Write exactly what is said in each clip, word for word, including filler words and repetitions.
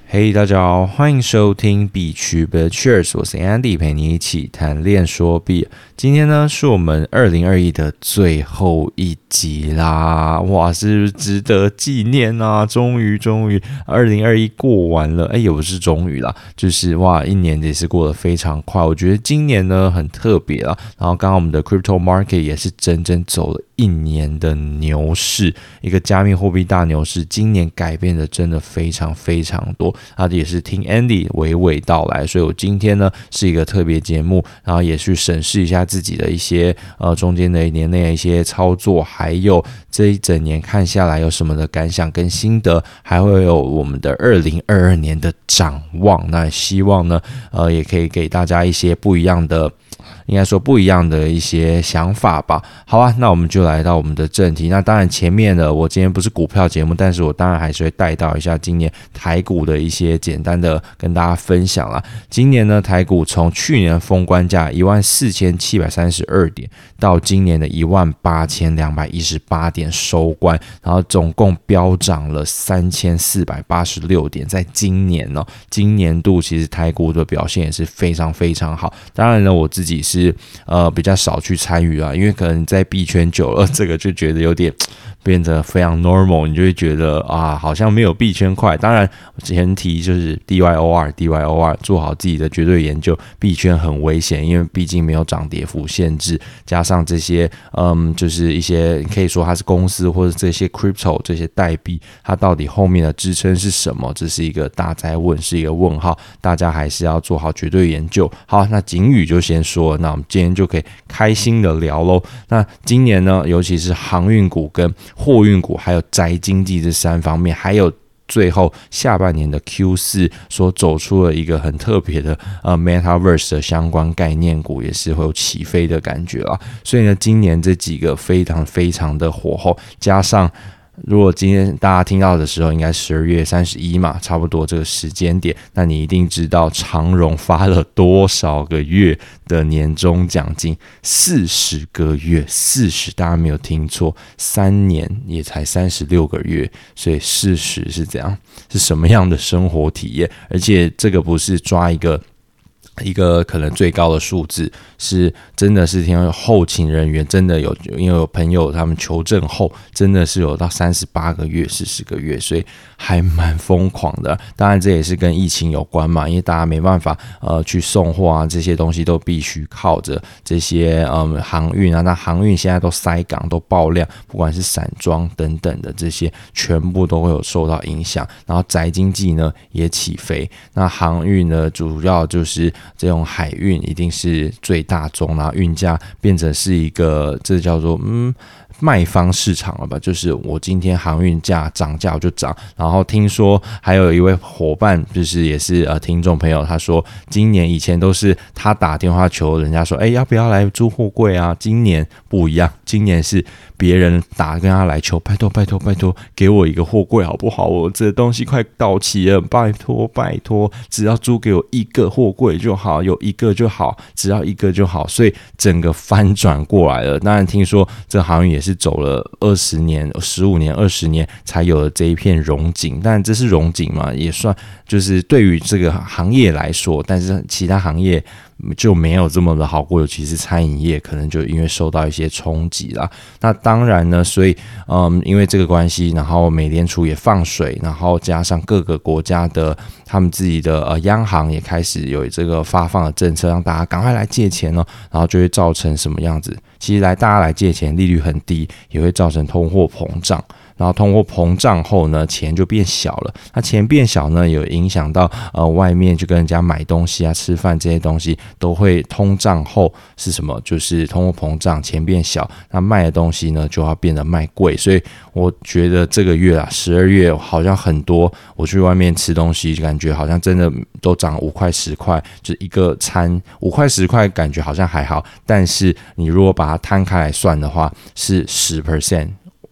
嘿、hey, 大家好，欢迎收听币区 But Cheers， 我是 Andy， 陪你一起谈链说币。今天呢是我们二零二一的最后一集啦，哇，是不是值得纪念啊？终于终于二零二一过完了，哎，也不是终于啦，就是哇，一年也是过得非常快。我觉得今年呢很特别啦，然后刚刚我们的 Crypto Market 也是整整走了一年的牛市，一个加密货币大牛市，今年改变的真的非常非常多。他也是听 Andy 娓娓道来，所以我今天呢是一个特别节目，然后也去审视一下自己的一些呃中间的一年内的一些操作，还有这一整年看下来有什么的感想跟心得，还会有我们的二零二二年的展望。那希望呢呃也可以给大家一些不一样的。应该说不一样的一些想法吧。好啊，那我们就来到我们的正题。那当然前面的我今天不是股票节目，但是我当然还是会带到一下今年台股的一些简单的跟大家分享啦。今年呢，台股从去年封关价一万四千七百三十二点到今年的一万八千两百一十八点收官，然后总共飙涨了三千四百八十六点。在今年呢、哦，今年度其实台股的表现也是非常非常好。当然呢，我自己是呃比较少去参与啊，因为可能在币圈久了，这个就觉得有点变得非常 normal， 你就会觉得啊，好像没有币圈快。当然前提就是 D Y O R D Y O R 做好自己的绝对研究，币圈很危险，因为毕竟没有涨跌幅限制，加上这些嗯就是一些可以说它是公司或者这些 crypto 这些代币，它到底后面的支撑是什么，这是一个大哉问，是一个问号，大家还是要做好绝对研究。好，那警语就先说了，那我们今天就可以开心的聊咯。那今年呢，尤其是航运股跟货运股还有宅经济这三方面，还有最后下半年的 Q 四 所走出了一个很特别的呃 Metaverse 的相关概念股，也是会有起飞的感觉啦。所以呢，今年这几个非常非常的火候，加上如果今天大家听到的时候，应该十二月三十一嘛，差不多这个时间点，那你一定知道长荣发了多少个月的年终奖金，四十个月，四十，大家没有听错，三年也才三十六个月，所以四十是这样，是什么样的生活体验？而且这个不是抓一个。一个可能最高的数字，是真的是听后勤人员真的有，因为有朋友他们求证后，真的是有到三十八个月、四十个月，所以还蛮疯狂的。当然这也是跟疫情有关嘛，因为大家没办法呃去送货啊，这些东西都必须靠着这些嗯航运啊，那航运现在都塞港都爆量，不管是散装等等的这些，全部都会有受到影响。然后宅经济呢也起飞，那航运呢主要就是这种海运一定是最大宗，然后运价变成是一个这叫做嗯卖方市场了吧，就是我今天航运价涨价我就涨。然后听说还有一位伙伴，就是也是呃听众朋友，他说今年以前都是他打电话求人家说，哎，要不要来租货柜啊？今年不一样，今年是别人打跟他来求，拜托拜托拜托，给我一个货柜好不好？我这东西快到期了，拜托拜托，只要租给我一个货柜就好，有一个就好，只要一个就好。所以整个翻转过来了。当然听说这航运也是走了二十年、十五年、二十年才有了这一片荣景，但这是荣景嘛，也算就是对于这个行业来说，但是其他行业就没有这么的好过，尤其是餐饮业，可能就因为受到一些冲击啦。那当然呢，所以嗯，因为这个关系，然后美联储也放水，然后加上各个国家的他们自己的呃央行也开始有这个发放的政策，让大家赶快来借钱哦，然后就会造成什么样子？其实来大家来借钱，利率很低，也会造成通货膨胀。然后通货膨胀后呢，钱就变小了。那钱变小呢，有影响到呃外面就跟人家买东西啊、吃饭这些东西都会通胀后是什么？就是通货膨胀，钱变小，那卖的东西呢就要变得卖贵。所以我觉得这个月啊，十二月好像很多，我去外面吃东西，感觉好像真的都涨五块十块，就是一个餐五块十块，感觉好像还好，但是你如果把它摊开来算的话，是十 percent。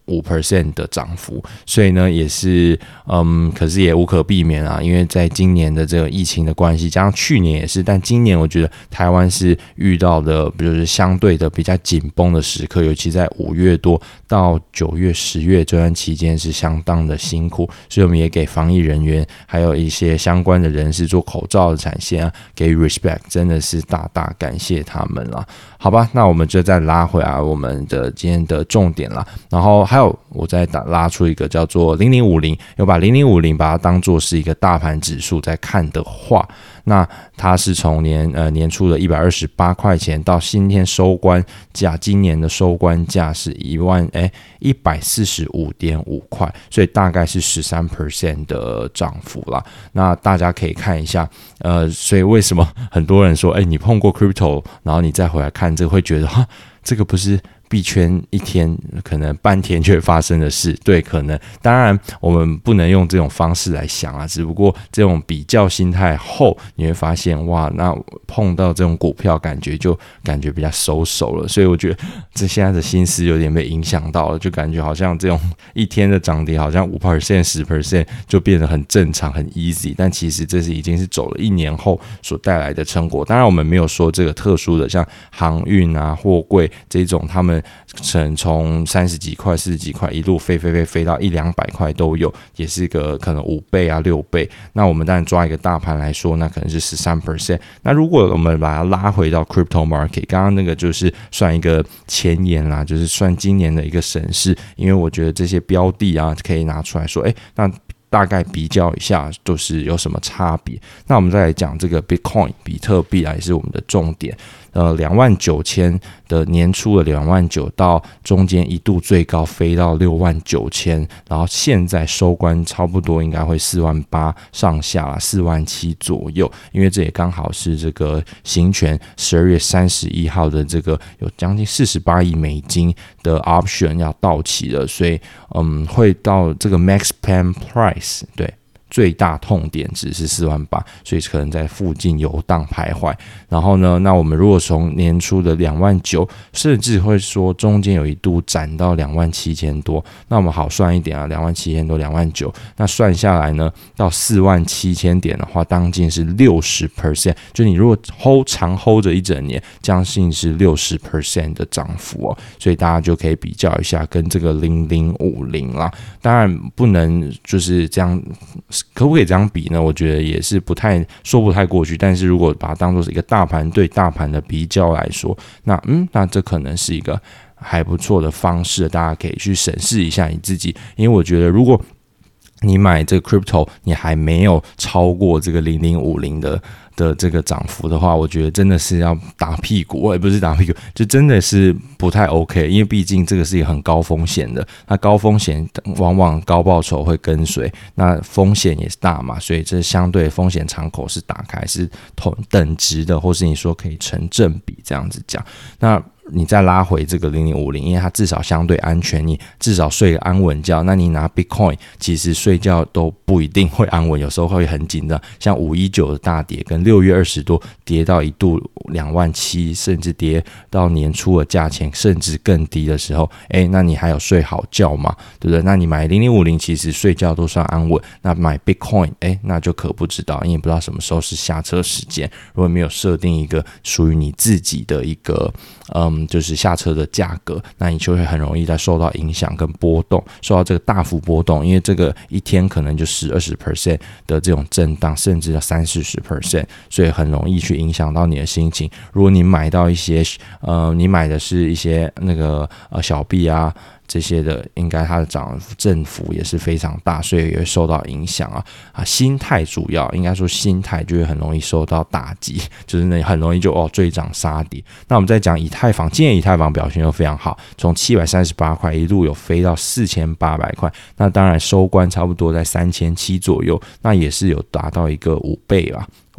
五 percent 的涨幅，所以呢也是嗯，可是也无可避免啊，因为在今年的这个疫情的关系，加上去年也是，但今年我觉得台湾是遇到的，比如是相对的比较紧绷的时刻，尤其在五月多到九月、十月这段期间是相当的辛苦，所以我们也给防疫人员还有一些相关的人士做口罩的产线啊，给予 respect， 真的是大大感谢他们啦。好吧，那我们就再拉回来我们的今天的重点啦。然后还有我再打拉出一个叫做零零五零，有把零零五零把它当作是一个大盘指数在看的话，那它是从年呃年初的一百二十八块钱到今天收官价，今年的收官价是一万哎一百四十五点五块，所以大概是 百分之十三 的涨幅啦。那大家可以看一下，呃，所以为什么很多人说，哎，你碰过 crypto， 然后你再回来看这个，会觉得哈，这个不是币圈一天可能半天就会发生的事，对，可能当然我们不能用这种方式来想啊，只不过这种比较心态后，你会发现哇，那碰到这种股票感觉就感觉比较收手了，所以我觉得这现在的心思有点被影响到了，就感觉好像这种一天的涨跌好像 百分之五 十 百分之十 就变得很正常很 easy， 但其实这是已经是走了一年后所带来的成果。当然我们没有说这个特殊的像航运啊货柜这种他们从从三十几块、四十几块一路飞飞飞飞到一两百块都有，也是一个可能五倍啊、六倍。那我们当然抓一个大盘来说，那可能是 百分之十三。那如果我们把它拉回到 crypto market， 刚刚那个就是算一个前言啦，就是算今年的一个审视，因为我觉得这些标的啊可以拿出来说，哎，那大概比较一下都是有什么差别。那我们再来讲这个 Bitcoin 比特币啊，也是我们的重点。呃，两万九千的年初的两万九到中间一度最高飞到六万九千，然后现在收官差不多应该会四万八上下啦，四万七左右，因为这也刚好是这个行权十二月三十一号的这个有将近四十八亿美金的 option 要到期了，所以嗯，会到这个 max plan price， 对。最大痛点值是四万八，所以可能在附近游荡徘徊。然后呢，那我们如果从年初的两万九，甚至会说中间有一度涨到两万七千多，那我们好算一点啊，两万七千多、两万九，那算下来呢，到四万七千点的话，当今是 百分之六十， 就你如果 hold 长 hold 着一整年，将近是 百分之六十 的涨幅哦，所以大家就可以比较一下跟这个零零五零啦。当然不能就是这样。可不可以这样比呢？我觉得也是不太说不太过去。但是如果把它当作是一个大盘对大盘的比较来说，那嗯，那这可能是一个还不错的方式，大家可以去审视一下你自己。因为我觉得，如果你买这个 crypto， 你还没有超过这个零零五零的。的这个涨幅的话，我觉得真的是要打屁股，也不是打屁股，就真的是不太 OK， 因为毕竟这个是一个很高风险的，那高风险往往高报酬会跟随，那风险也是大嘛，所以这相对风险敞口是打开是同等值的，或是你说可以成正比这样子讲，那。你再拉回这个零零五零，因为它至少相对安全，你至少睡个安稳觉。那你拿 Bitcoin， 其实睡觉都不一定会安稳，有时候会很紧张。像五一九的大跌，跟六月二十多跌到一度两万七，甚至跌到年初的价钱，甚至更低的时候，哎，那你还有睡好觉吗？对不对？那你买零零五零，其实睡觉都算安稳。那买 Bitcoin， 哎，那就可不知道，因为不知道什么时候是下车时间。如果没有设定一个属于你自己的一个，嗯。就是下车的价格，那你就会很容易在受到影响跟波动，受到这个大幅波动，因为这个一天可能就十、二十 percent 的这种震荡，甚至到三四十 percent， 所以很容易去影响到你的心情。如果你买到一些，呃，你买的是一些那个呃小币啊。这些的应该它的涨振幅也是非常大，所以也会受到影响啊啊！心态主要应该说心态就会很容易受到打击，就是那很容易就哦追涨杀跌。那我们再讲以太坊，今年以太坊表现又非常好，从七百三十八块一路有飞到四千八百块，那当然收官差不多在三千七左右，那也是有达到一个五倍吧。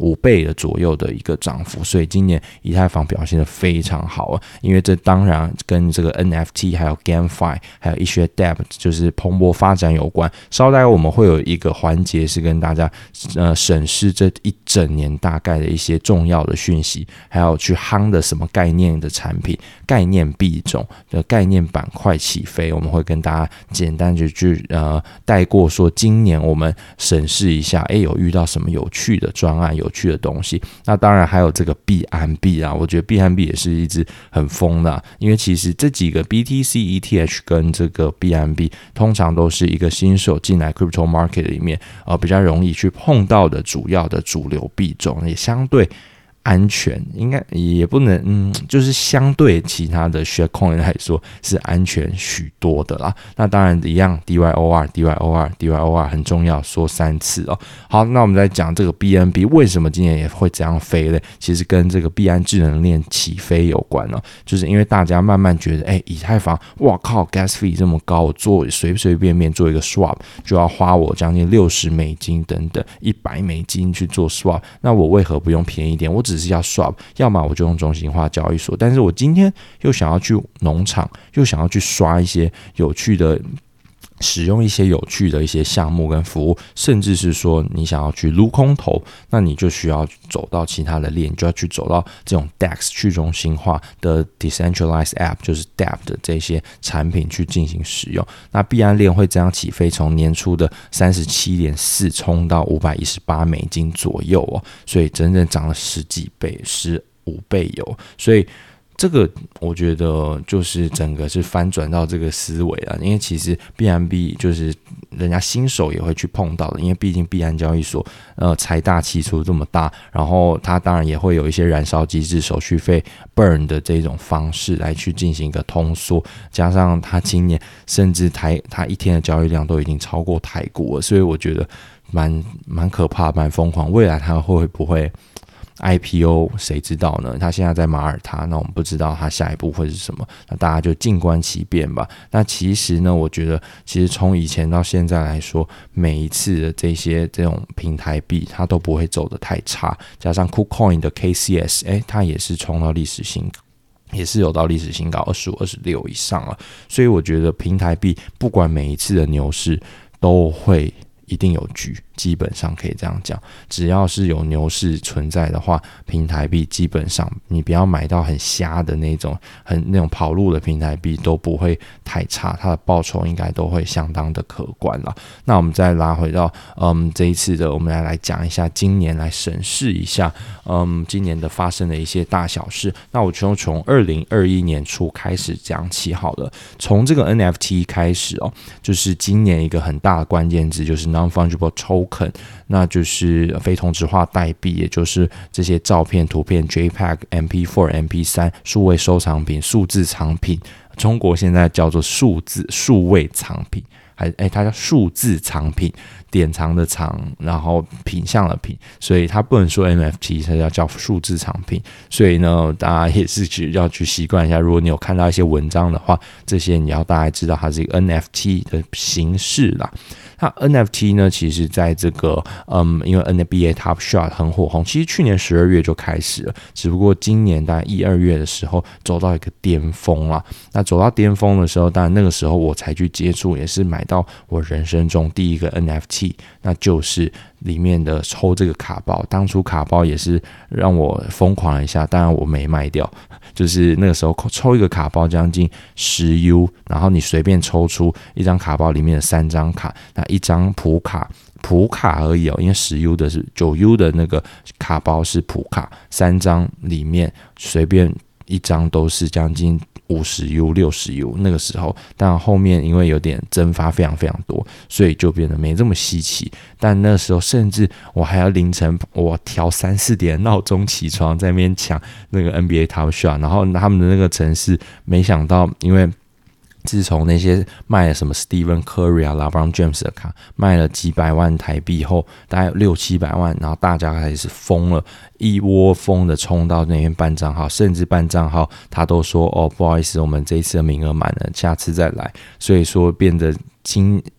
五倍的左右的一个涨幅，所以今年以太坊表现得非常好啊，因为这当然跟这个 N F T 还有 GameFi 还有一些 Debt 就是蓬勃发展有关。稍待我们会有一个环节是跟大家呃审视这一整年大概的一些重要的讯息，还有去夯的什么概念的产品、概念币种的概念板块起飞，我们会跟大家简单就去呃带过说今年我们审视一下，哎，有遇到什么有趣的专案、有趣的东西。那当然还有这个币安币啊，我觉得币安币也是一直很疯的、啊，因为其实这几个 B T C、E T H 跟这个币安币通常都是一个新手进来 crypto market 里面呃比较容易去碰到的主要的主流币种，也相对安全，应该也不能，嗯，就是相对其他的 shitcoin 来说是安全许多的啦。那当然一样 D Y O R D Y O R D Y O R 很重要，说三次哦。好，那我们再讲这个 B N B 为什么今年也会这样飞嘞？其实跟这个币安智能链起飞有关哦，就是因为大家慢慢觉得，哎，以太坊，哇靠 ，gas fee 这么高，我做随随便便做一个 swap 就要花我将近六十美金等等一百美金去做 swap， 那我为何不用便宜一点？我只是要 swap， 要么我就用中心化交易所，但是我今天又想要去农场，又想要去刷一些有趣的，使用一些有趣的一些项目跟服务，甚至是说你想要去撸空头，那你就需要走到其他的链，你就要去走到这种 D E X 去中心化的 decentralized app， 就是 D App 的这些产品去进行使用。那币安链会这样起飞，从年初的 三十七点四 冲到五百一十八美金左右哦，所以整整涨了十几倍，十五倍有，所以这个我觉得就是整个是翻转到这个思维了，因为其实 B N B 就是人家新手也会去碰到的，因为毕竟币安交易所呃财大气粗这么大，然后它当然也会有一些燃烧机制、手续费 burn 的这种方式来去进行一个通缩，加上它今年甚至台它一天的交易量都已经超过台股了，所以我觉得蛮蛮可怕、蛮疯狂。未来它会不会I P O 谁知道呢？他现在在马耳他，那我们不知道他下一步会是什么，那大家就静观其变吧。那其实呢，我觉得其实从以前到现在来说，每一次的这些这种平台币，它都不会走得太差。加上 KuCoin 的 K C S， 哎，它也是冲到历史新高。也是有到历史新高二十五、二十六以上了，所以我觉得平台币不管每一次的牛市都会一定有局，基本上可以这样讲，只要是有牛市存在的话，平台币基本上你不要买到很瞎的那种很那种跑路的平台币都不会太差，它的报酬应该都会相当的可观啦。那我们再拉回到嗯这一次的，我们来来讲一下今年，来审视一下嗯今年的发生的一些大小事。那我就从二零二一年初开始讲起好了，从这个 N F T 开始哦，就是今年一个很大的关键字就是 non-fungible token， 那就是非同质化代币，也就是这些照片、图片、JPEG、M P 四、M P 三 数位收藏品、数字藏品，中国现在叫做数字数位藏品，还哎它叫数字藏品，典藏的藏，然后品相的品，所以它不能说 N F T， 它要叫数字藏品。所以呢，大家也是去要去习惯一下，如果你有看到一些文章的话，这些你要大概知道它是一个 N F T 的形式啦。那 N F T 呢，其实在这个嗯，因为 N B A Top Shot 很火红，其实去年十二月就开始了，只不过今年大概一二月的时候走到一个巅峰啦。那走到巅峰的时候，当然那个时候我才去接触，也是买到我人生中第一个 N F T， 那就是里面的抽这个卡包。当初卡包也是让我疯狂了一下，当然我没卖掉，就是那个时候抽一个卡包将近十 U， 然后你随便抽出一张卡包里面的三张卡，那一张普卡普卡而已哦，因为十 U 的是九 U 的那个卡包是普卡，三张里面随便一张都是将近五十 U 六十 U， 那个时候，但后面因为有点蒸发非常非常多，所以就变得没这么稀奇。但那时候甚至我还要凌晨我调三四点闹钟起床，在那边抢那个 N B A Top Shot， 然后他们的那个城市，没想到因为自从那些卖了什么 Stephen Curry 啊 LeBron James 的卡卖了几百万台币后，大概六七百万，然后大家开始疯了，一窝蜂的冲到那边办账号，甚至办账号他都说哦不好意思，我们这一次的名额满了，下次再来。所以说变得今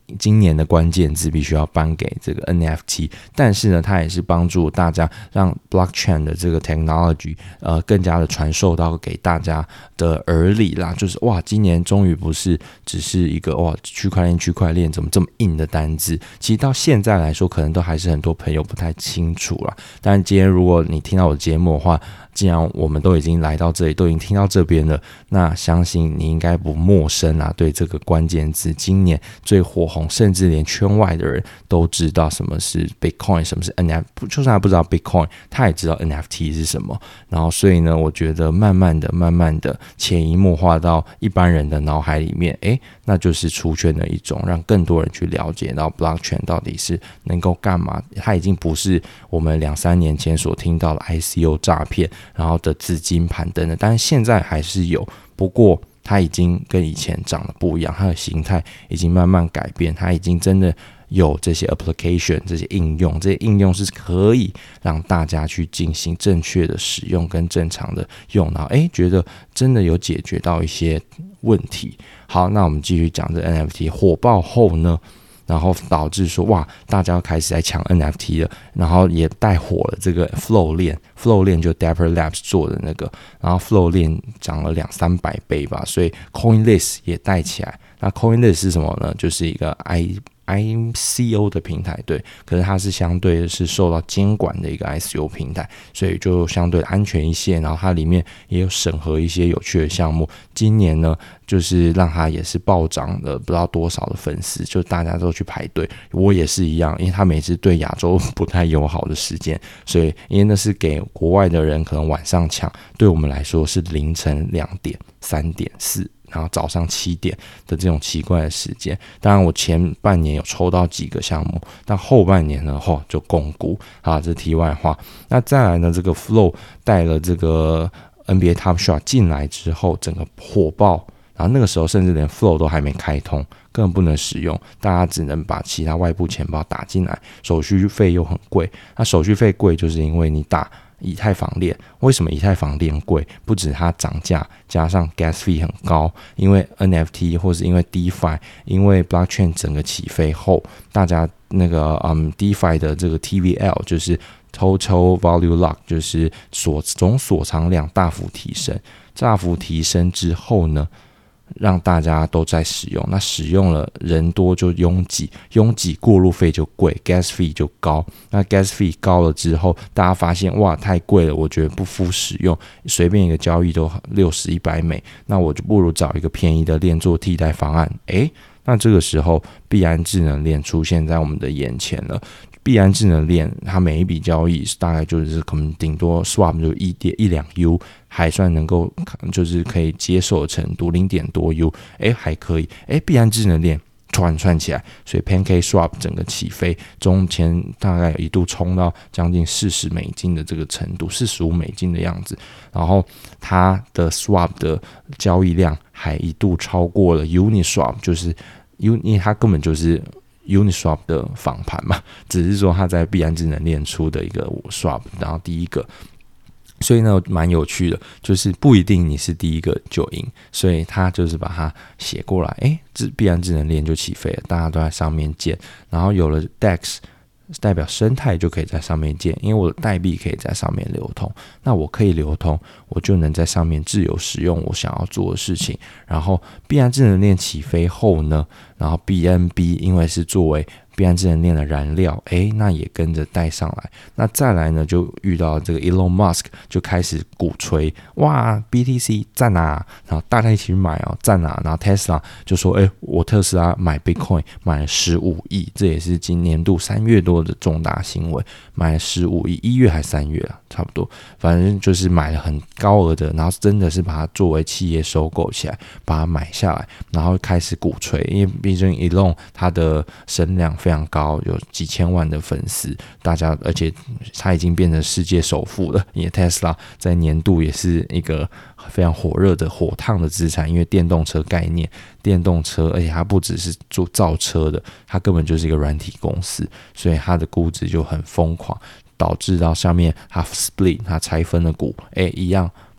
今年的关键字必须要颁给这个 N F T， 但是呢，它也是帮助大家让 blockchain 的这个 technology 呃更加的传授到给大家的耳里啦。就是哇，今年终于不是只是一个哇区块链区块链怎么这么硬的单字，其实到现在来说，可能都还是很多朋友不太清楚啦。但今天如果你听到我的节目的话，既然我们都已经来到这里，都已经听到这边了，那相信你应该不陌生啊，对这个关键字，今年最火红，甚至连圈外的人都知道什么是 Bitcoin， 什么是 N F T， 就算他不知道 Bitcoin， 他也知道 N F T 是什么。然后所以呢，我觉得慢慢的、慢慢的潜移默化到一般人的脑海里面，诶，那就是出圈的一种，让更多人去了解到 blockchain 到底是能够干嘛。它已经不是我们两三年前所听到的 I C O 诈骗，然后的资金盘等等，但是现在还是有，不过它已经跟以前长得不一样，它的形态已经慢慢改变，它已经真的有这些 application 这些应用，这些应用是可以让大家去进行正确的使用跟正常的用，然后诶觉得真的有解决到一些问题。好，那我们继续讲这 N F T 火爆后呢，然后导致说哇，大家开始在抢 N F T 了，然后也带火了这个 Flow 链 ，Flow 链就 Dapper Labs 做的那个，然后 Flow 链涨了两三百倍吧，所以 CoinList 也带起来。那 CoinList 是什么呢？就是一个 I I C O 的平台，对，可是它是相对的是受到监管的一个 I C O 平台，所以就相对安全一些，然后它里面也有审核一些有趣的项目。今年呢，就是让它也是暴涨了不知道多少的粉丝，就大家都去排队，我也是一样，因为它每次对亚洲不太友好的时间，所以因为那是给国外的人可能晚上抢，对我们来说是凌晨两点、三点、四。然后早上七点的这种奇怪的时间，当然我前半年有抽到几个项目，但后半年呢，吼就供股啊，这题外话。那再来呢，这个 Flow 带了这个 N B A Top Shot 进来之后，整个火爆，然后那个时候甚至连 Flow 都还没开通，根本不能使用，大家只能把其他外部钱包打进来，手续费又很贵。那手续费贵，就是因为你打以太坊链，为什么以太坊链贵？不止它涨价，加上 gas fee 很高，因为 N F T 或是因为 DeFi， 因为 blockchain 整个起飞后，大家那个嗯 DeFi 的这个 T V L 就是 Total Value Lock， 就是锁总锁藏量大幅提升，大幅提升之后呢，让大家都在使用，那使用了人多就拥挤，拥挤过路费就贵 ，gas fee 就高。那 gas fee 高了之后，大家发现哇太贵了，我觉得不敷使用，随便一个交易都六十、一百美，那我就不如找一个便宜的链做替代方案。诶，那这个时候币安智能链出现在我们的眼前了。币安智能链，它每一笔交易大概就是可能顶多 swap 就一点一两 U， 还算能够就是可以接受的程度，零点多 U， 哎还可以，哎币安智能链串串起来，所以 Pancake Swap 整个起飞，中间大概一度冲到将近四十美金的这个程度，四十五美金的样子，然后它的 Swap 的交易量还一度超过了 Uniswap， 就是 Uni 它根本就是。Uniswap 的仿盘嘛，只是说它在币安智能链出的一个 swap， 然后第一个，所以呢蛮有趣的，就是不一定你是第一个就赢，所以他就是把它写过来，诶，币安智能链就起飞了，大家都在上面建，然后有了 D E X。代表生态就可以在上面建，因为我的代币可以在上面流通，那我可以流通，我就能在上面自由使用我想要做的事情。然后币安智能链起飞后呢，然后 B N B 因为是作为币安智能链的燃料，诶，那也跟着带上来。那再来呢，就遇到这个 Elon Musk 就开始鼓吹，哇 B T C 赞啊，然后大家一起去买哦，赞啊，然后 Tesla 就说，诶，我特斯拉买 Bitcoin 买了十五亿，这也是今年度三月多的重大新闻，买了十五亿，一月还三月啊，差不多，反正就是买了很高额的，然后真的是把它作为企业收购起来，把它买下来，然后开始鼓吹，因为毕竟 Elon 他的声量非常高，有几千万的粉丝，大家，而且他已经变成世界首富了。因为 Tesla 在年度也是一个非常火热的、火烫的资产，因为电动车概念，电动车，而且它不只是做造车的，它根本就是一个软体公司，所以它的估值就很疯狂，导致到下面它 split 它拆分的股，哎，一样。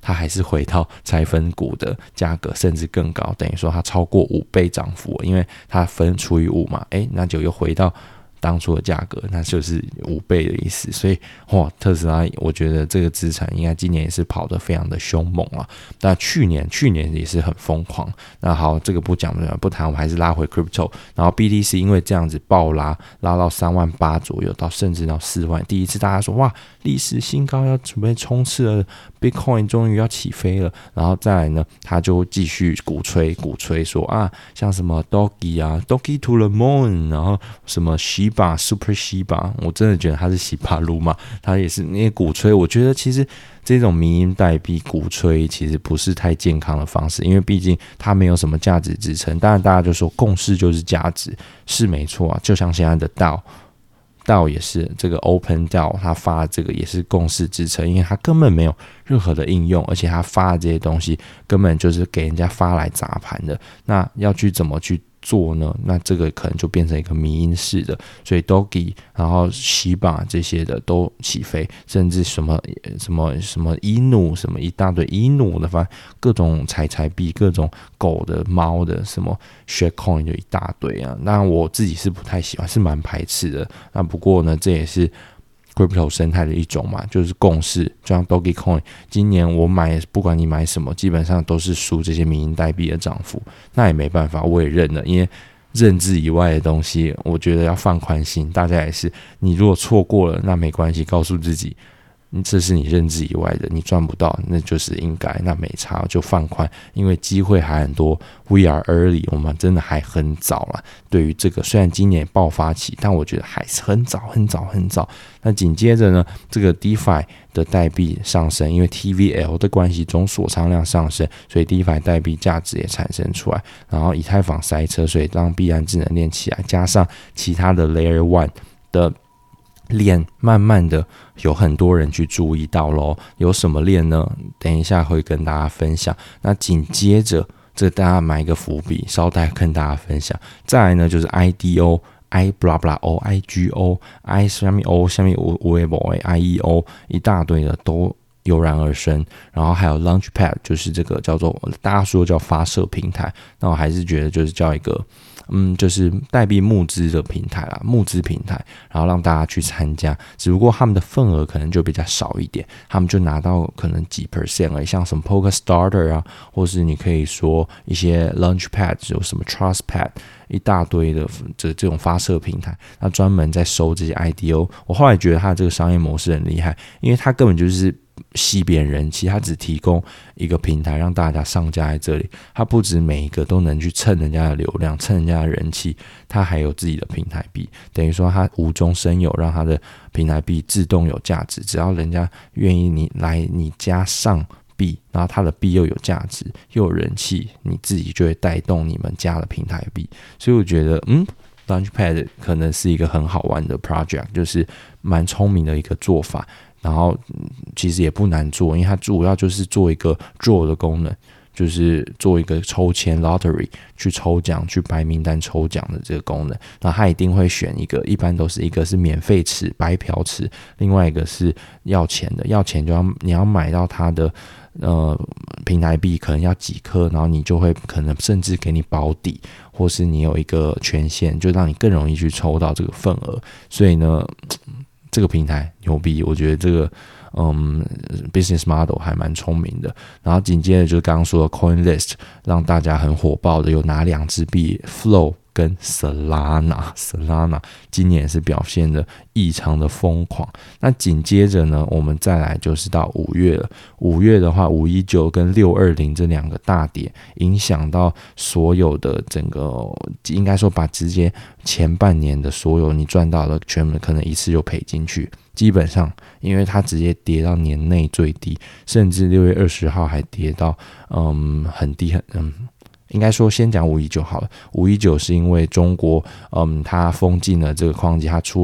它还是回到拆分股的价格，甚至更高，等于说它超过五倍涨幅，因为它分除以五嘛，诶，那就又回到当初的价格，那就是五倍的意思。所以哇，特斯拉我觉得这个资产应该今年也是跑得非常的凶猛啊。那去年去年也是很疯狂。那好，这个不讲不谈，我们还是拉回 crypto。然后 B T C 因为这样子暴拉，拉到三万八左右，到甚至到四万。第一次大家说哇，历史新高要准备冲刺了 ，Bitcoin 终于要起飞了。然后再来呢，他就继续鼓吹鼓吹说啊，像什么 Doggy 啊 ，Doggy to the moon， 然后什么 Shiba Super Shiba， 我真的觉得他是喜巴鲁嘛，他也是那些鼓吹。我觉得其实这种迷因代币鼓吹其实不是太健康的方式，因为毕竟它没有什么价值支撑。当然大家就说共识就是价值，是没错啊，就像现在的 D A O。D A O 也是这个 Open D A O， 它发的这个也是共识支撑，因为它根本没有任何的应用，而且它发的这些东西根本就是给人家发来砸盘的。那要去怎么去做呢？那这个可能就变成一个迷因式的，所以 Doggy 然后Shiba这些的都起飞，甚至什么什么什么 Inu 什么一大堆 Inu 的，反正各种彩彩币，各种狗的猫的什么 Shitcoin 就一大堆啊。那我自己是不太喜欢，是蛮排斥的。那不过呢，这也是crypto 生态的一种嘛，就是共识。就像 Dogecoin， 今年我买，不管你买什么，基本上都是输这些民营代币的涨幅。那也没办法，我也认了，因为认知以外的东西，我觉得要放宽心。大家也是，你如果错过了，那没关系，告诉自己，这是你认知以外的，你赚不到，那就是应该，那没差，就放宽，因为机会还很多。We are early， 我们真的还很早啦。对于这个，虽然今年爆发期，但我觉得还是很早很早很早。那紧接着呢，这个 DeFi 的代币上升，因为 T V L 的关系，总锁仓量上升，所以 DeFi 代币价值也产生出来。然后以太坊塞车，所以让币安智能链起来，加上其他的 Layer One 的链慢慢的有很多人去注意到咯。有什么链呢？等一下会跟大家分享。那紧接着这大家埋一个伏笔，稍待跟大家分享。再来呢就是 I D O I blah blah O I G O I 下面 O 下面无无 I E O 一大堆的都油然而生。然后还有 Launchpad， 就是这个叫做大家说叫发射平台，那我还是觉得就是叫一个嗯，就是代币募资的平台啦，募资平台，然后让大家去参加，只不过他们的份额可能就比较少一点，他们就拿到可能几 percent 而已，像什么 Polka Starter 啊，或是你可以说一些 Launchpad， 有什么 Trustpad， 一大堆的这这种发射平台，那专门在收这些 I D O。我后来觉得他这个商业模式很厉害，因为他根本就是吸别人人气，他只提供一个平台让大家上架在这里，他不止每一个都能去蹭人家的流量，蹭人家的人气，他还有自己的平台币，等于说他无中生有，让他的平台币自动有价值，只要人家愿意你来你家上币，然后他的币又有价值又有人气，你自己就会带动你们家的平台币。所以我觉得嗯Launchpad 可能是一个很好玩的 project， 就是蛮聪明的一个做法，然后其实也不难做，因为它主要就是做一个 draw 的功能，就是做一个抽签 lottery 去抽奖，去白名单抽奖的这个功能。然后它一定会选一个，一般都是一个是免费池白嫖池，另外一个是要钱的，要钱就要你要买到它的呃平台币可能要几颗，然后你就会可能甚至给你保底，或是你有一个权限，就让你更容易去抽到这个份额。所以呢这个平台牛逼，我觉得这个嗯 business model 还蛮聪明的。然后紧接着就是刚刚说的 CoinList， 让大家很火爆的有哪两支币 Flow 跟 Solana Solana 今年也是表现的异常的疯狂。那紧接着呢，我们再来就是到五月了。五月的话，五一九跟六二零这两个大跌，影响到所有的整个，应该说把直接前半年的所有你赚到的全部可能一次就赔进去。基本上，因为它直接跌到年内最低，甚至六月二十号还跌到嗯很低很嗯。应该说先讲五一九好了。五一九是因为中国嗯它封禁了这个矿机，它出了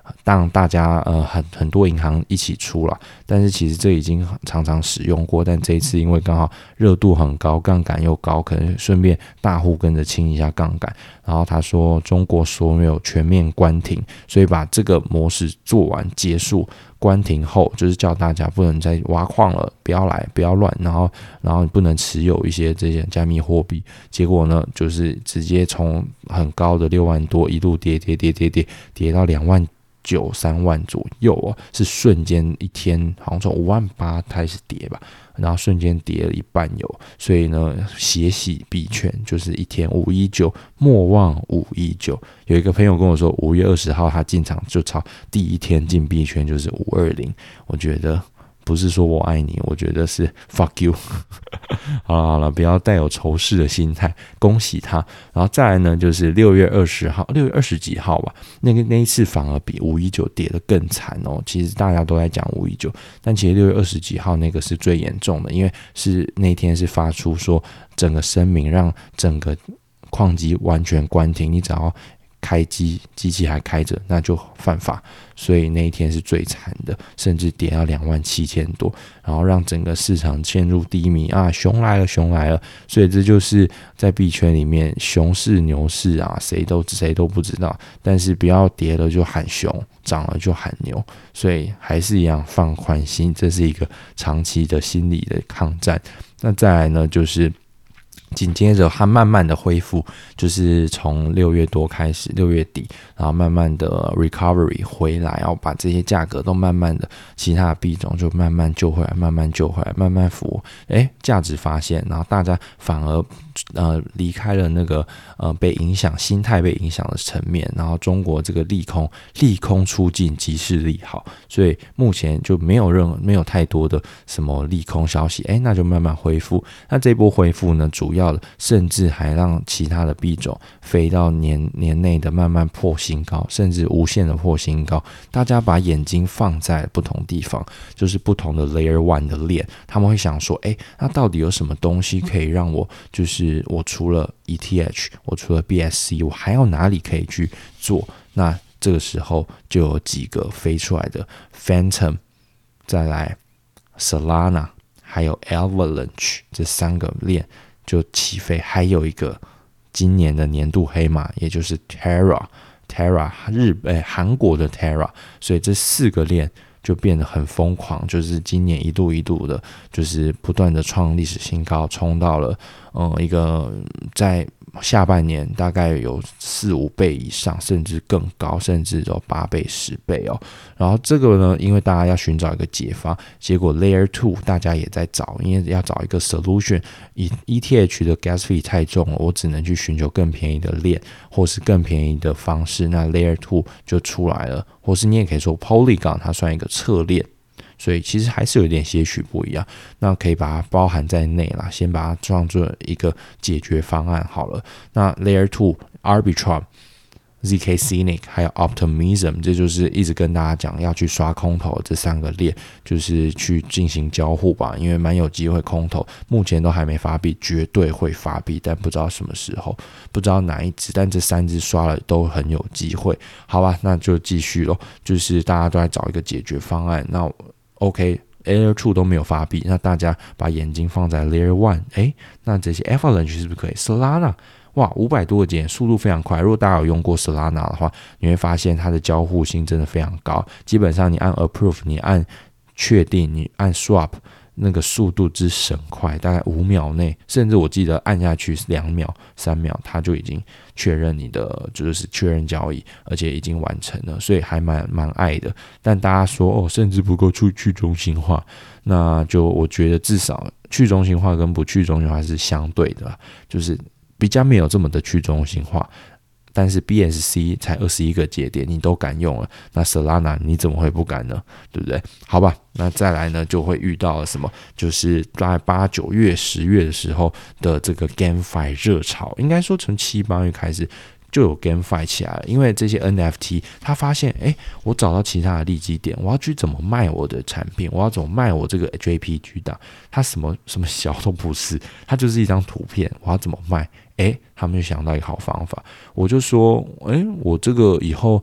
让大家呃很很多银行一起出啦，但是其实这已经常常使用过，但这一次因为刚好热度很高，杠杆又高，可能顺便大户跟着清一下杠杆。然后他说中国所有全面关停，所以把这个模式做完结束。关停后就是叫大家不能再挖矿了，不要来，不要乱，然后然后不能持有一些这些加密货币。结果呢，就是直接从很高的六万多一路跌跌跌跌跌跌到两万九、三万左右哦，是瞬间一天好像从五万八开始跌吧。然后瞬间跌了一半有，所以呢，血洗币圈就是一天五一九，莫忘五一九。有一个朋友跟我说，五月二十号他进场就炒第一天进币圈就是五二零，我觉得不是说我爱你，我觉得是 fuck you 好了好了，不要带有仇视的心态，恭喜他。然后再来呢，就是六月二十号，六月二十几号吧，那个那一次反而比五一九跌得更惨哦。其实大家都在讲五一九，但其实六月二十几号那个是最严重的，因为是那天是发出说整个声明让整个矿机完全关停，你只要开机机器还开着那就犯法，所以那一天是最惨的，甚至跌到两万七千多，然后让整个市场陷入低迷啊，熊来了熊来了。所以这就是在币圈里面熊市牛市啊，谁都谁都不知道，但是不要跌了就喊熊，涨了就喊牛，所以还是一样放宽心，这是一个长期的心理的抗战。那再来呢，就是紧接着它慢慢的恢复，就是从六月多开始，六月底，然后慢慢的 recovery 回来，然后把这些价格都慢慢的，其他的币种就慢慢救回来，慢慢救回来，慢慢复活，哎，价值发现，然后大家反而呃离开了那个呃被影响心态被影响的层面，然后中国这个利空利空出尽即是利好，所以目前就没有任何没有太多的什么利空消息，哎，那就慢慢恢复。那这波恢复呢，主要的甚至还让其他的币种飞到年年内的慢慢破新高，甚至无限的破新高。大家把眼睛放在不同地方，就是不同的 layer one 的链，他们会想说，哎，那到底有什么东西可以让我就是我除了 E T H， 我除了 B S C， 我还有哪里可以去做？那这个时候就有几个飞出来的 Phantom， 再来 Solana， 还有 Avalanche 这三个链就起飞，还有一个今年的年度黑马，也就是 Terra，Terra 日本、韩国的 Terra， 所以这四个链就变得很疯狂，就是今年一度一度的，就是不断的创历史新高，冲到了呃一个在下半年大概有四五倍以上，甚至更高，甚至有八倍、十倍哦。然后这个呢，因为大家要寻找一个解方，结果 Layer two 大家也在找，因为要找一个 solution。以 E T H 的 gas fee 太重了，我只能去寻求更便宜的链，或是更便宜的方式。那 Layer two 就出来了，或是你也可以说 Polygon 它算一个侧链。所以其实还是有点些许不一样，那可以把它包含在内啦，先把它当作一个解决方案好了。那 Layer two Arbitrum、Z K Scenic 还有 Optimism， 这就是一直跟大家讲要去刷空头这三个链，就是去进行交互吧，因为蛮有机会空头，目前都还没发币，绝对会发币，但不知道什么时候，不知道哪一支，但这三支刷了都很有机会。好吧，那就继续咯，就是大家都在找一个解决方案。那OK，Layer two 都没有发币，那大家把眼睛放在 Layer one， 哎，那这些 Avalanche 是不是可以 ？Solana， 哇，五百多个节点，速度非常快。如果大家有用过 Solana 的话，你会发现它的交互性真的非常高。基本上你按 Approve， 你按确定，你按 Swap， 那个速度之神快，大概五秒内，甚至我记得按下去两秒、三秒，它就已经确认你的就是确认交易，而且已经完成了，所以还蛮蛮爱的。但大家说哦，甚至不够去去中心化，那就我觉得至少去中心化跟不去中心化是相对的，就是比较没有这么的去中心化。但是 B S C 才二十一个节点，你都敢用了，那 Solana 你怎么会不敢呢？对不对？好吧，那再来呢，就会遇到了什么？就是大概八九月、十月的时候的这个 GameFi 热潮，应该说从七八月开始就有 GameFi 起来了，因为这些 N F T 他发现，哎，我找到其他的利基点，我要去怎么卖我的产品，我要怎么卖我这个 J P G 档，它什么什么小都不是，它就是一张图片，我要怎么卖？哎，他们就想到一个好方法，我就说，哎，我这个以后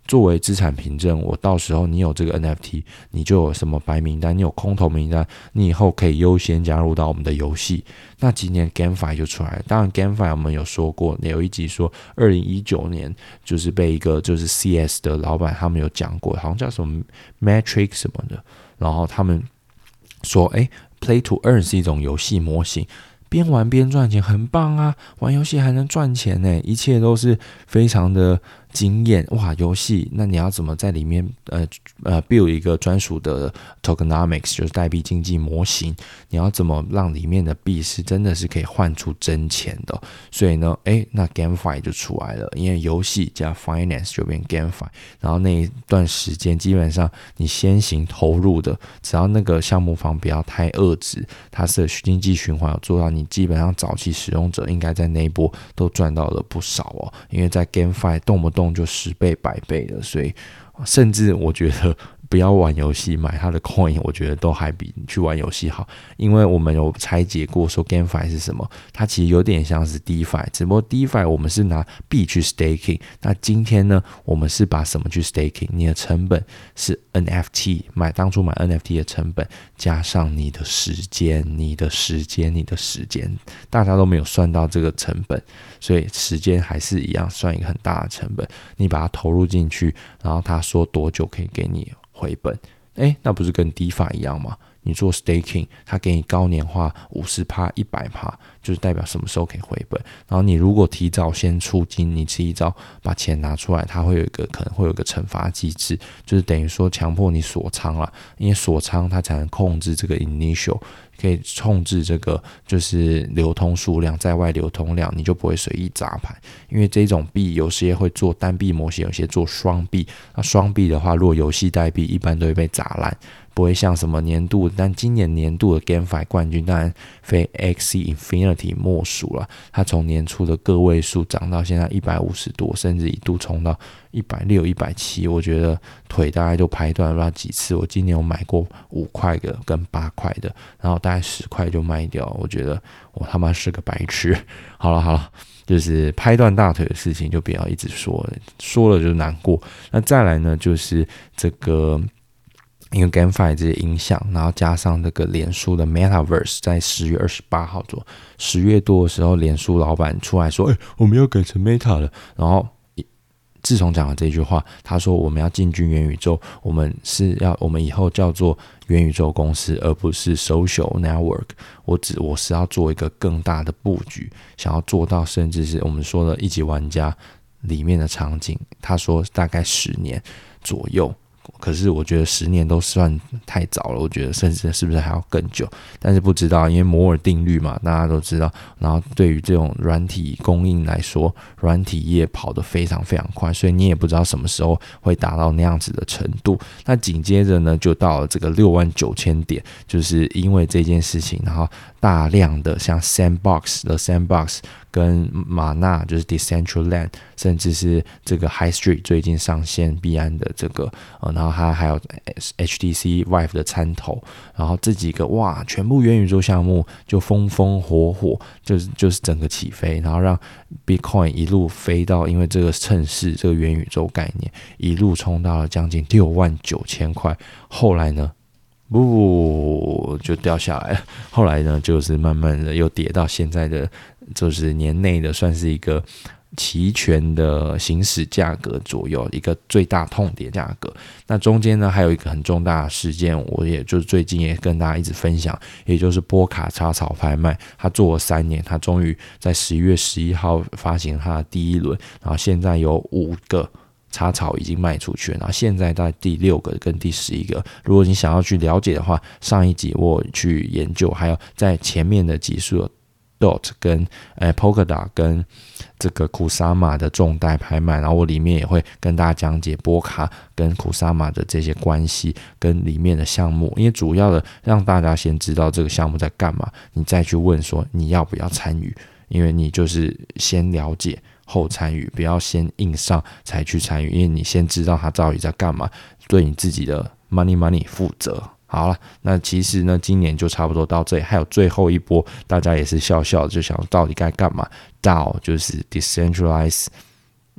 作为资产凭证，我到时候你有这个 N F T， 你就有什么白名单，你有空投名单，你以后可以优先加入到我们的游戏。那今年 GameFi 就出来了，当然 GameFi 我们有说过，有一集说二零一九年就是被一个就是 C S 的老板他们有讲过，好像叫什么 Matrix 什么的，然后他们说，诶 Play to Earn 是一种游戏模型，边玩边赚钱，很棒啊！玩游戏还能赚钱呢，一切都是非常的惊艳哇！游戏，那你要怎么在里面呃呃 build 一个专属的 tokenomics， 就是代币经济模型？你要怎么让里面的币是真的是可以换出真钱的？所以呢，哎，那 GameFi 就出来了，因为游戏加 finance 就变 GameFi， 然后那一段时间基本上你先行投入的，只要那个项目方不要太遏制，它是经济循环有做到，你基本上早期使用者应该在那一波都赚到了不少哦，因为在 GameFi 动不动就十倍百倍的，所以甚至我觉得不要玩游戏，买它的 coin 我觉得都还比你去玩游戏好，因为我们有拆解过说 GameFi 是什么，它其实有点像是 DeFi， 只不过 DeFi 我们是拿币去 staking， 那今天呢我们是把什么去 staking， 你的成本是 N F T， 买当初买 N F T 的成本加上你的时间你的时间你的时间，大家都没有算到这个成本，所以时间还是一样算一个很大的成本，你把它投入进去，然后他说多久可以给你回本，诶，那不是跟 DeFi 一样吗？你做 staking， 他给你高年化 百分之五十、百分之百， 就是代表什么时候可以回本。然后你如果提早先出金，你提早把钱拿出来，它会有一个可能会有一个惩罚机制，就是等于说强迫你锁仓啦，因为锁仓它才能控制这个 initial， 可以控制这个就是流通数量，在外流通量，你就不会随意砸盘。因为这种币有些会做单币模型，有些做双币。那双币的话，如果游戏代币一般都会被砸烂，不会像什么年度，但今年年度的 GameFi 冠军当然非 Axie Infinity 莫属了。它从年初的个位数涨到现在一百五十多，甚至一度冲到一百六十、一百七十，我觉得腿大概就拍断了不知道几次。我今年有买过五块的跟八块的，然后大概十块就卖掉，我觉得我他妈是个白痴。好了好了。就是拍断大腿的事情就不要一直说了，说了就难过。那再来呢，就是这个因为 GameFi 这些影响，然后加上这个脸书的 Metaverse， 在十月二十八号左右，十月多的时候，脸书老板出来说：“哎、欸，我们要改成 Meta 了。”然后自从讲了这句话，他说我们要进军元宇宙，我们是要我们以后叫做元宇宙公司，而不是 social network。我只我是要做一个更大的布局，想要做到甚至是我们说的一级玩家里面的场景。他说大概十年左右。可是我觉得十年都算太早了，我觉得甚至是不是还要更久，但是不知道，因为摩尔定律嘛，大家都知道。然后对于这种软体供应来说，软体业跑得非常非常快，所以你也不知道什么时候会达到那样子的程度。那紧接着呢，就到了这个六万九千点，就是因为这件事情，然后大量的像 Sandbox 的 Sandbox 跟马纳就是 Decentraland， 甚至是这个 High Street 最近上线币安的这个，呃、然后它还有 H T C Vive 的参投，然后这几个哇，全部元宇宙项目就风风火火，就是就是整个起飞，然后让 Bitcoin 一路飞到，因为这个趁势这个元宇宙概念一路冲到了将近六万九千块，后来呢？不就掉下来了，后来呢就是慢慢的又跌到现在的就是年内的算是一个期权的行使价格左右，一个最大痛点价格。那中间呢还有一个很重大的事件，我也就是最近也跟大家一直分享，也就是波卡插草拍卖，他做了三年，他终于在十一月十一号发行他的第一轮，然后现在有五个插草已经卖出去了，然后现在在第六个跟第十一个。如果你想要去了解的话，上一集我去研究，还有在前面的集数的 Dot 跟呃 Polkadot 跟这个 Kusama 的重代拍卖，然后我里面也会跟大家讲解波卡跟 Kusama 的这些关系跟里面的项目，因为主要的让大家先知道这个项目在干嘛，你再去问说你要不要参与，因为你就是先了解后参与，不要先硬上才去参与，因为你先知道他到底在干嘛，对你自己的 money money 负责。好了，那其实呢，今年就差不多到这里，还有最后一波，大家也是笑笑的，就想到底该干嘛？D A O 就是 Decentralized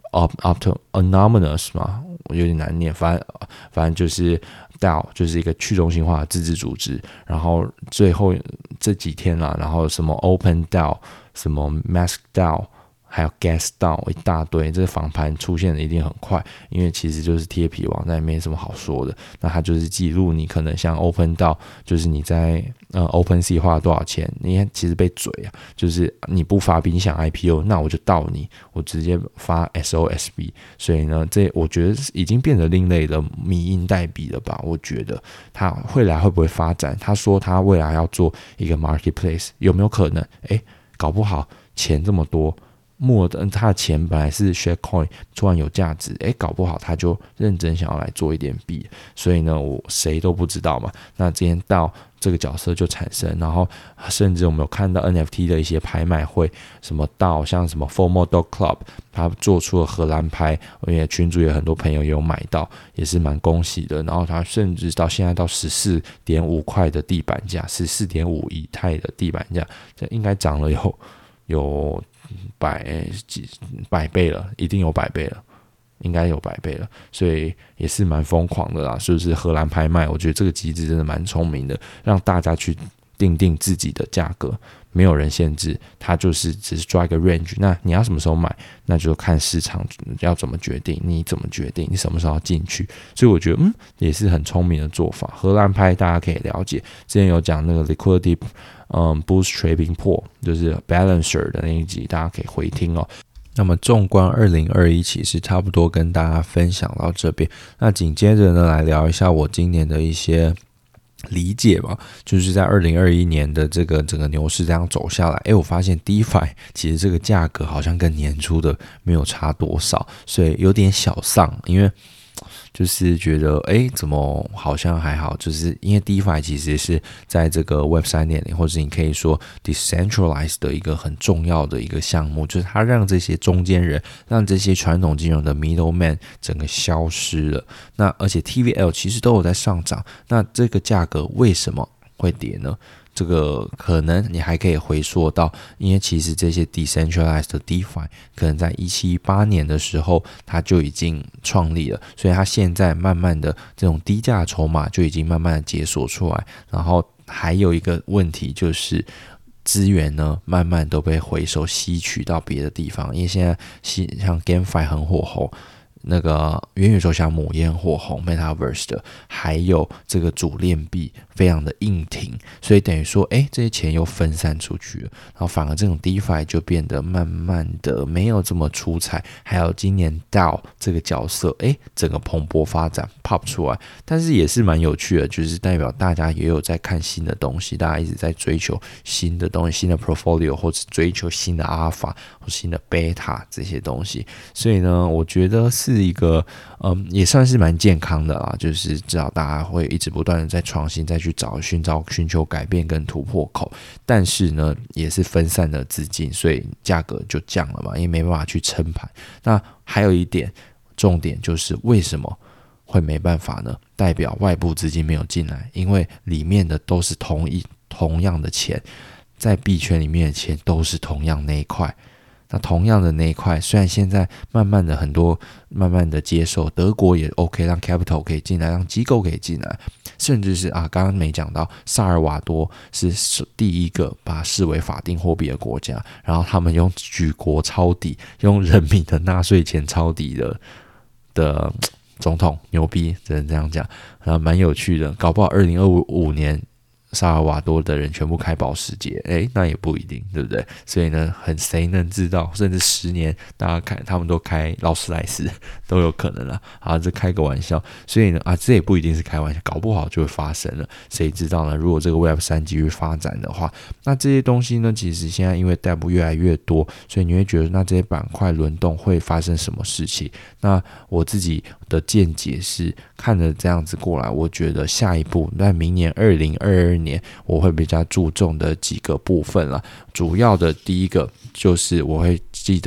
Opto Anonymous 嘛，我有点难念，反正反正就是 D A O， 就是一个去中心化的自治组织。然后最后这几天啦，然后什么 Open D A O， 什么 Mask D A O， 还有 Gas D A O 一大堆，这个访盘出现的一定很快，因为其实就是贴皮网站，没什么好说的。那它就是记录你可能像 Open D A O， 就是你在呃 OpenSea 花了多少钱，你看其实被嘴啊，就是你不发币，你想 I P O， 那我就盗你，我直接发 S O S B。所以呢，这我觉得已经变得另类的迷因代币了吧？我觉得它未来会不会发展？他说他未来要做一个 marketplace， 有没有可能？诶，搞不好钱这么多。莫的他的钱本来是 Sharecoin， 突然有价值，诶，搞不好他就认真想要来做一点币，所以呢，我谁都不知道嘛。那今天到这个角色就产生，然后甚至我们有看到 N F T 的一些拍卖会，什么到像什么 FOMO Dog Club， 他做出了荷兰拍，而且群组有很多朋友也有买到，也是蛮恭喜的。然后他甚至到现在到 十四点五 块的地板价， 十四点五 以太的地板价，这应该涨了有有百几百倍了，一定有百倍了，应该有百倍了，所以也是蛮疯狂的啦。是不是荷兰拍卖？我觉得这个机制真的蛮聪明的，让大家去定定自己的价格，没有人限制，它就是只是抓一个 range。那你要什么时候买，那就看市场要怎么决定，你怎么决定，你什么时候要进去。所以我觉得，嗯，也是很聪明的做法。荷兰拍大家可以了解，之前有讲那个 liquidity。嗯 ，bootstrapping pool 就是 balancer 的那一集，大家可以回听哦。那么纵观二零二一，其实差不多跟大家分享到这边。那紧接着呢，来聊一下我今年的一些理解吧，就是在二零二一年的这个整个牛市这样走下来，诶，我发现 DeFi 其实这个价格好像跟年初的没有差多少，所以有点小丧，因为就是觉得，哎，怎么好像还好？就是因为 DeFi 其实是在这个 Web 三点零， 或者你可以说 Decentralized 的一个很重要的一个项目，就是它让这些中间人，让这些传统金融的 middleman 整个消失了。那而且 T V L 其实都有在上涨，那这个价格为什么会跌呢？这个可能你还可以回溯到，因为其实这些 decentralized 的 DeFi 可能在一七一八年的时候它就已经创立了，所以它现在慢慢的这种低价筹码就已经慢慢的解锁出来。然后还有一个问题就是资源呢慢慢都被回收吸取到别的地方，因为现在像 GameFi 很火红，那个元宇宙项目也很火红 Metaverse 的，还有这个主链币非常的硬挺，所以等于说诶这些钱又分散出去了，然后反而这种 DeFi 就变得慢慢的没有这么出彩。还有今年 D A O 这个角色诶整个蓬勃发展 pop 出来，但是也是蛮有趣的，就是代表大家也有在看新的东西，大家一直在追求新的东西，新的 portfolio 或者追求新的 alpha 或新的 beta 这些东西。所以呢我觉得是一个嗯也算是蛮健康的啦，就是至少大家会一直不断的在创新，再去找寻找寻求改变跟突破口，但是呢也是分散的资金，所以价格就降了嘛，因为没办法去撑盘。那还有一点重点就是为什么会没办法呢？代表外部资金没有进来，因为里面的都是同一同样的钱，在币圈里面的钱都是同样那一块。那同样的那一块，虽然现在慢慢的很多慢慢的接受，德国也 OK， 让 capital 可以进来，让机构可以进来，甚至是啊，刚刚没讲到萨尔瓦多是第一个把它视为法定货币的国家，然后他们用举国抄底，用人民的纳税钱抄底的的总统，牛逼，只能这样讲，然后蛮有趣的，搞不好二零二五年萨尔瓦多的人全部开保时捷，诶，那也不一定，对不对？所以呢，很谁能知道，甚至十年大家看他们都开劳斯莱斯都有可能啦。啊，这开个玩笑，所以呢，啊，这也不一定是开玩笑，搞不好就会发生了，谁知道呢？如果这个 Web 三 继续发展的话，那这些东西呢，其实现在因为代步越来越多，所以你会觉得那这些板块轮动会发生什么事情？那我自己的见解是，看着这样子过来，我觉得下一步在明年二零二二年我会比较注重的几个部分啦。主要的第一个就是我会记得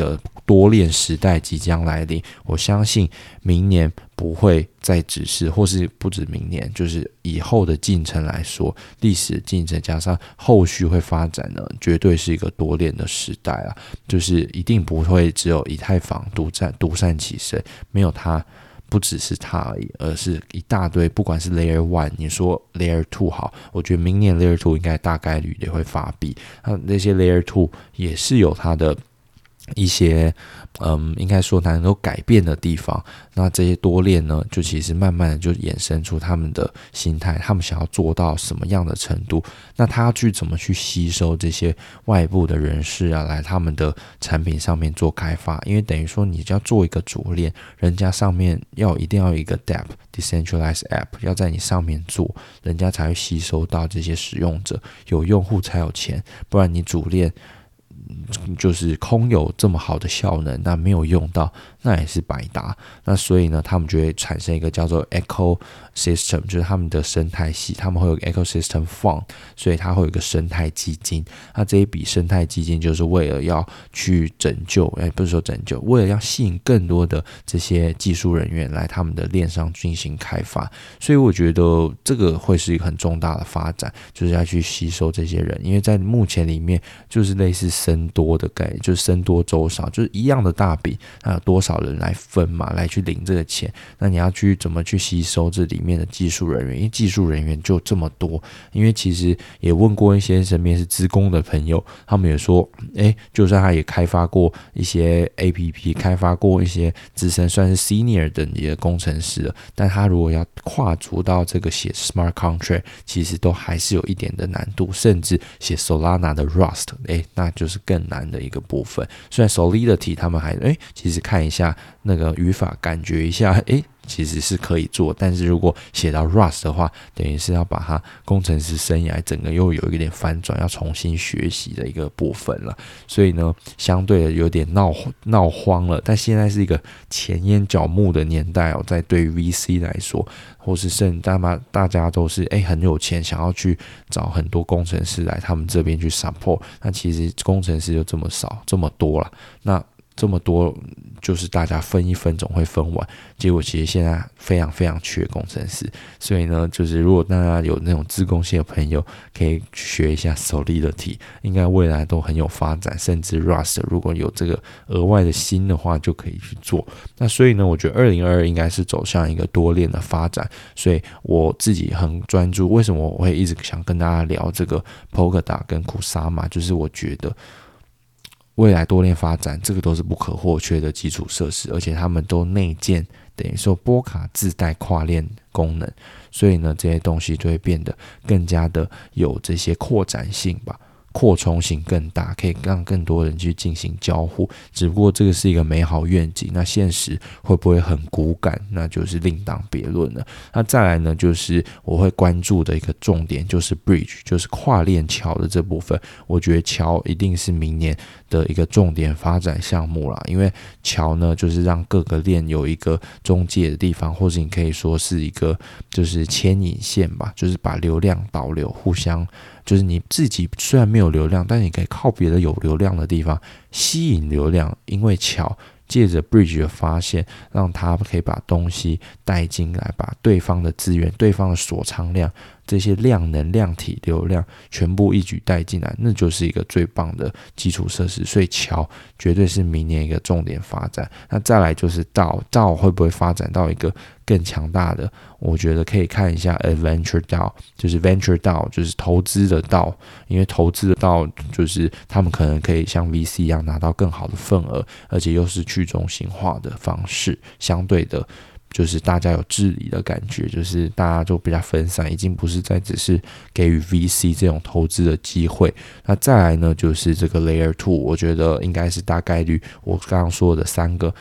多链时代即将来临，我相信明年不会再只是，或是不止明年，就是以后的进程来说，历史的进程加上后续会发展呢，绝对是一个多链的时代啊，就是一定不会只有以太坊独占独善其身，没有它。不只是它而已，而是一大堆，不管是 Layer One， 你说 Layer Two 好，我觉得明年 Layer Two 应该大概率也会发币，那那些 Layer Two 也是有它的一些，嗯，应该说能够改变的地方。那这些多链呢，就其实慢慢的就衍生出他们的心态，他们想要做到什么样的程度？那他要去怎么去吸收这些外部的人士啊，来他们的产品上面做开发？因为等于说你要做一个主链，人家上面要一定要有一个 D App Decentralized App 要在你上面做，人家才会吸收到这些使用者，有用户才有钱，不然你主链。就是空有这么好的效能，那没有用到，那也是白搭。那所以呢，他们就会产生一个叫做 ecosystem， 就是他们的生态系，他们会有个 ecosystem fund， 所以它会有一个生态基金。那这一笔生态基金就是为了要去拯救，哎，不是说拯救，为了要吸引更多的这些技术人员来他们的链上进行开发。所以我觉得这个会是一个很重大的发展，就是要去吸收这些人，因为在目前里面就是类似僧多的概念，就是僧多粥少，就是一样的大饼，那有多少人来分嘛，来去领这个钱？那你要去怎么去吸收这里面的技术人员？因为技术人员就这么多，因为其实也问过一些身边是资工的朋友，他们也说，哎，就算他也开发过一些 A P P， 开发过一些资深算是 senior 等级的工程师了，但他如果要跨足到这个写 smart contract， 其实都还是有一点的难度，甚至写 Solana 的 Rust， 哎，那就是更难的一个部分。虽然 Solidity 他们还哎，其实看一下那个语法，感觉一下，哎，其实是可以做，但是如果写到 Rust 的话，等于是要把它工程师生涯整个又有一点翻转，要重新学习的一个部分了。所以呢，相对的有点闹闹慌了。但现在是一个前烟角木的年代哦，在对于 V C 来说，或是甚至大家都是哎很有钱，想要去找很多工程师来他们这边去 support。那其实工程师就这么少，这么多了，那这么多。就是大家分一分总会分完，结果其实现在非常非常缺工程师，所以呢，就是如果大家有那种自贡系的朋友，可以学一下 Solidity， 应该未来都很有发展，甚至 Rust 如果有这个额外的心的话，就可以去做。那所以呢，我觉得二零二二应该是走向一个多链的发展，所以我自己很专注。为什么我会一直想跟大家聊这个 Polkadot 跟 Kusama， 就是我觉得。未来多链发展，这个都是不可或缺的基础设施，而且他们都内建，等于说波卡自带跨链功能，所以呢，这些东西就会变得更加的有这些扩展性吧。扩充性更大，可以让更多人去进行交互，只不过这个是一个美好愿景，那现实会不会很骨感，那就是另当别论了。那再来呢，就是我会关注的一个重点就是 bridge， 就是跨链桥的这部分，我觉得桥一定是明年的一个重点发展项目啦，因为桥呢就是让各个链有一个中介的地方，或者你可以说是一个就是牵引线吧，就是把流量导流互相就是你自己虽然没有流量，但你可以靠别的有流量的地方吸引流量，因为桥借着 bridge 的发现，让他可以把东西带进来，把对方的资源、对方的锁仓量、这些量能、量体、流量全部一举带进来，那就是一个最棒的基础设施。所以桥绝对是明年一个重点发展。那再来就是道，道会不会发展到一个更强大的？我觉得可以看一下 Adventure D A O， 就是 Venture D A O， 就是投资的道，因为投资的道就是他们可能可以像 V C 一样拿到更好的份额，而且又是去中心化的方式，相对的。就是大家有治理的感觉，就是大家都比较分散，已经不是再只是给予 V C 这种投资的机会。那再来呢，就是这个 Layer Two， 我觉得应该是大概率我刚刚说的三个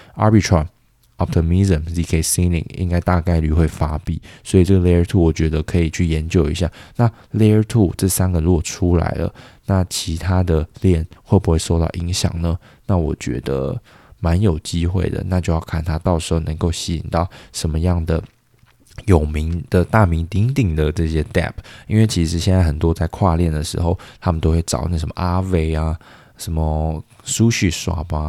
Arbitrum、Optimism、Z K Signing 应该大概率会发币，所以这个 Layer Two 我觉得可以去研究一下。那 Layer Two 这三个如果出来了，那其他的链会不会受到影响呢？那我觉得。蛮有机会的，那就要看他到时候能够吸引到什么样的有名的大名鼎鼎的这些 D App， 因为其实现在很多在跨链的时候，他们都会找那什么阿伟啊、什么 Sushi Swap 啊，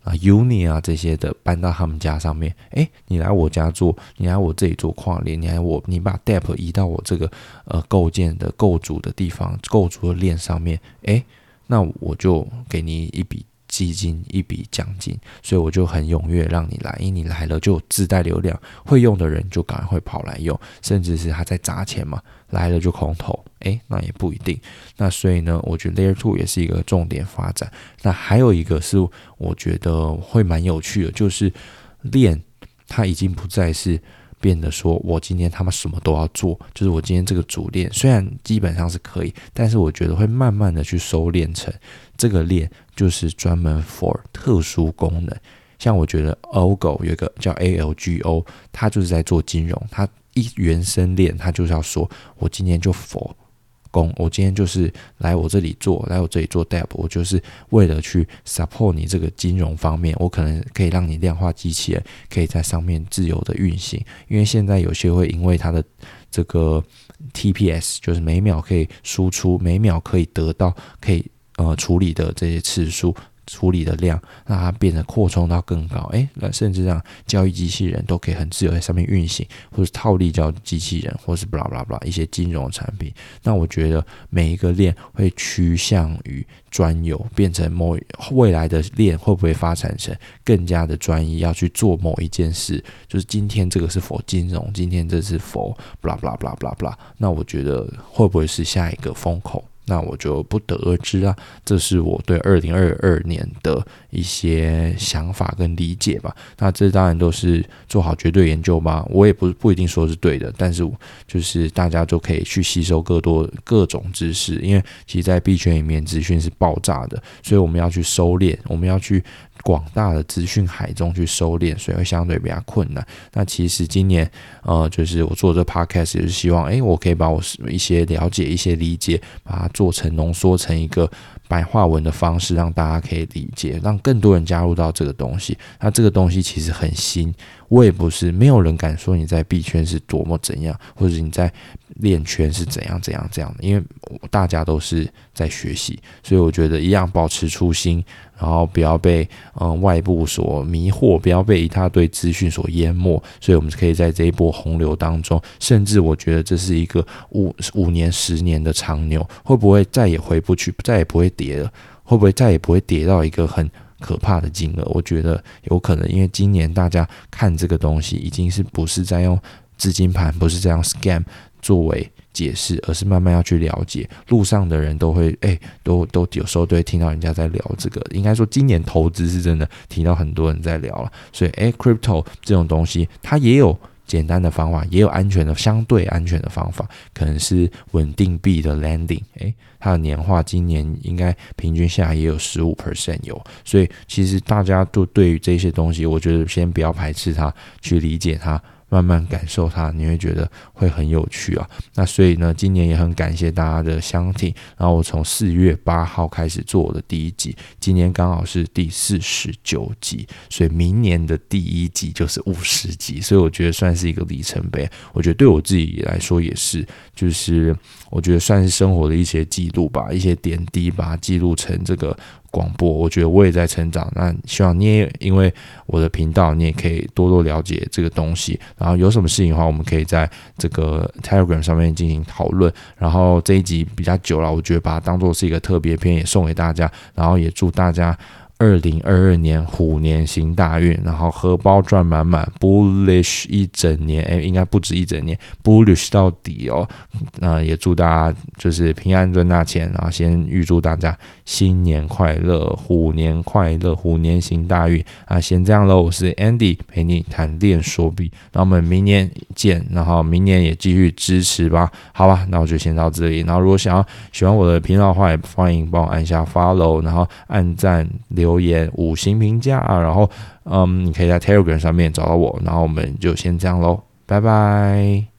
啊 Uni 啊这些的搬到他们家上面，诶，你来我家做，你来我这里做跨链，你来我你把 D A P 移到我这个呃构建的构筑的地方，构筑的链上面，诶，那我就给你一笔基金，一笔奖金，所以我就很踊跃让你来，因为你来了就有自带流量，会用的人就赶快会跑来用，甚至是他在砸钱嘛，来了就空投，诶，那也不一定。那所以呢，我觉得 Layer 二也是一个重点发展。那还有一个是我觉得会蛮有趣的，就是链它已经不再是变得说我今天他妈什么都要做，就是我今天这个主链虽然基本上是可以，但是我觉得会慢慢的去收敛成这个链就是专门 for 特殊功能。像我觉得 Algo 有一个叫 A L G O， 它就是在做金融，它一原生链它就是要说我今天就 for工，我今天就是来我这里做，来我这里做 D A P， 我就是为了去 support 你这个金融方面，我可能可以让你量化机器人可以在上面自由的运行，因为现在有些会因为它的这个 T P S 就是每秒可以输出，每秒可以得到可以呃处理的这些次数，处理的量，让它变得扩充到更高，诶，甚至让交易机器人都可以很自由在上面运行，或是套利交易机器人，或是 blah blah blah 一些金融产品。那我觉得每一个链会趋向于专有，变成某未来的链会不会发展成更加的专一，要去做某一件事，就是今天这个是否金融，今天这是否 blah blah blah blah blah， 那我觉得会不会是下一个风口？那我就不得而知啊，这是我对二零二二年的一些想法跟理解吧。那这当然都是做好绝对研究吧，我也不不一定说是对的，但是就是大家都可以去吸收更多各种知识，因为其实在币圈里面资讯是爆炸的，所以我们要去收敛，我们要去广大的资讯海中去收敛，所以会相对比较困难。那其实今年呃，就是我做这 podcast 也是希望，诶，我可以把我一些了解、一些理解，把它做成浓缩成一个白话文的方式，让大家可以理解，让更多人加入到这个东西。那这个东西其实很新，我也不是，没有人敢说你在币圈是多么怎样，或者你在链圈是怎样怎样怎样的，因为大家都是在学习，所以我觉得一样保持初心，然后不要被嗯外部所迷惑，不要被一大堆资讯所淹没，所以我们可以在这一波洪流当中，甚至我觉得这是一个五五年、十年的长牛，会不会再也回不去，再也不会跌了？会不会再也不会跌到一个很可怕的金额？我觉得有可能，因为今年大家看这个东西，已经是不是在用资金盘，不是在用 scam 作为解释，而是慢慢要去了解。路上的人都会，哎、欸，都都有时候都会听到人家在聊这个。应该说，今年投资是真的听到很多人在聊了。所以，哎、欸、，crypto 这种东西，它也有简单的方法，也有安全的、相对安全的方法，可能是稳定币的 landing， 哎，它的年化今年应该平均下来也有 百分之十五 有，所以其实大家都对于这些东西，我觉得先不要排斥它，去理解它。慢慢感受它，你会觉得会很有趣啊。那所以呢，今年也很感谢大家的相挺。然后我从四月八号开始做我的第一集，今年刚好是第四十九集，所以明年的第一集就是五十集，所以我觉得算是一个里程碑。我觉得对我自己来说也是，就是我觉得算是生活的一些记录吧，一些点滴把它记录成这个广播，我觉得我也在成长。那希望你也因为我的频道，你也可以多多了解这个东西。然后有什么事情的话，我们可以在这个 Telegram 上面进行讨论。然后这一集比较久了，我觉得把它当作是一个特别篇，也送给大家。然后也祝大家二零二二年虎年行大运，然后荷包赚满满 ，bullish 一整年，哎，应该不止一整年 ，bullish 到底哦。那也祝大家就是平安赚大钱，然后先预祝大家新年快乐，虎年快乐，虎年行大运啊！先这样喽，我是 Andy， 陪你谈链说币，那我们明年见，然后明年也继续支持吧，好吧？那我就先到这里，然后如果想要喜欢我的频道的话，也欢迎帮我按下 follow， 然后按赞留。留言五星评价，然后嗯，你可以在 Telegram 上面找到我，然后我们就先这样咯，拜拜。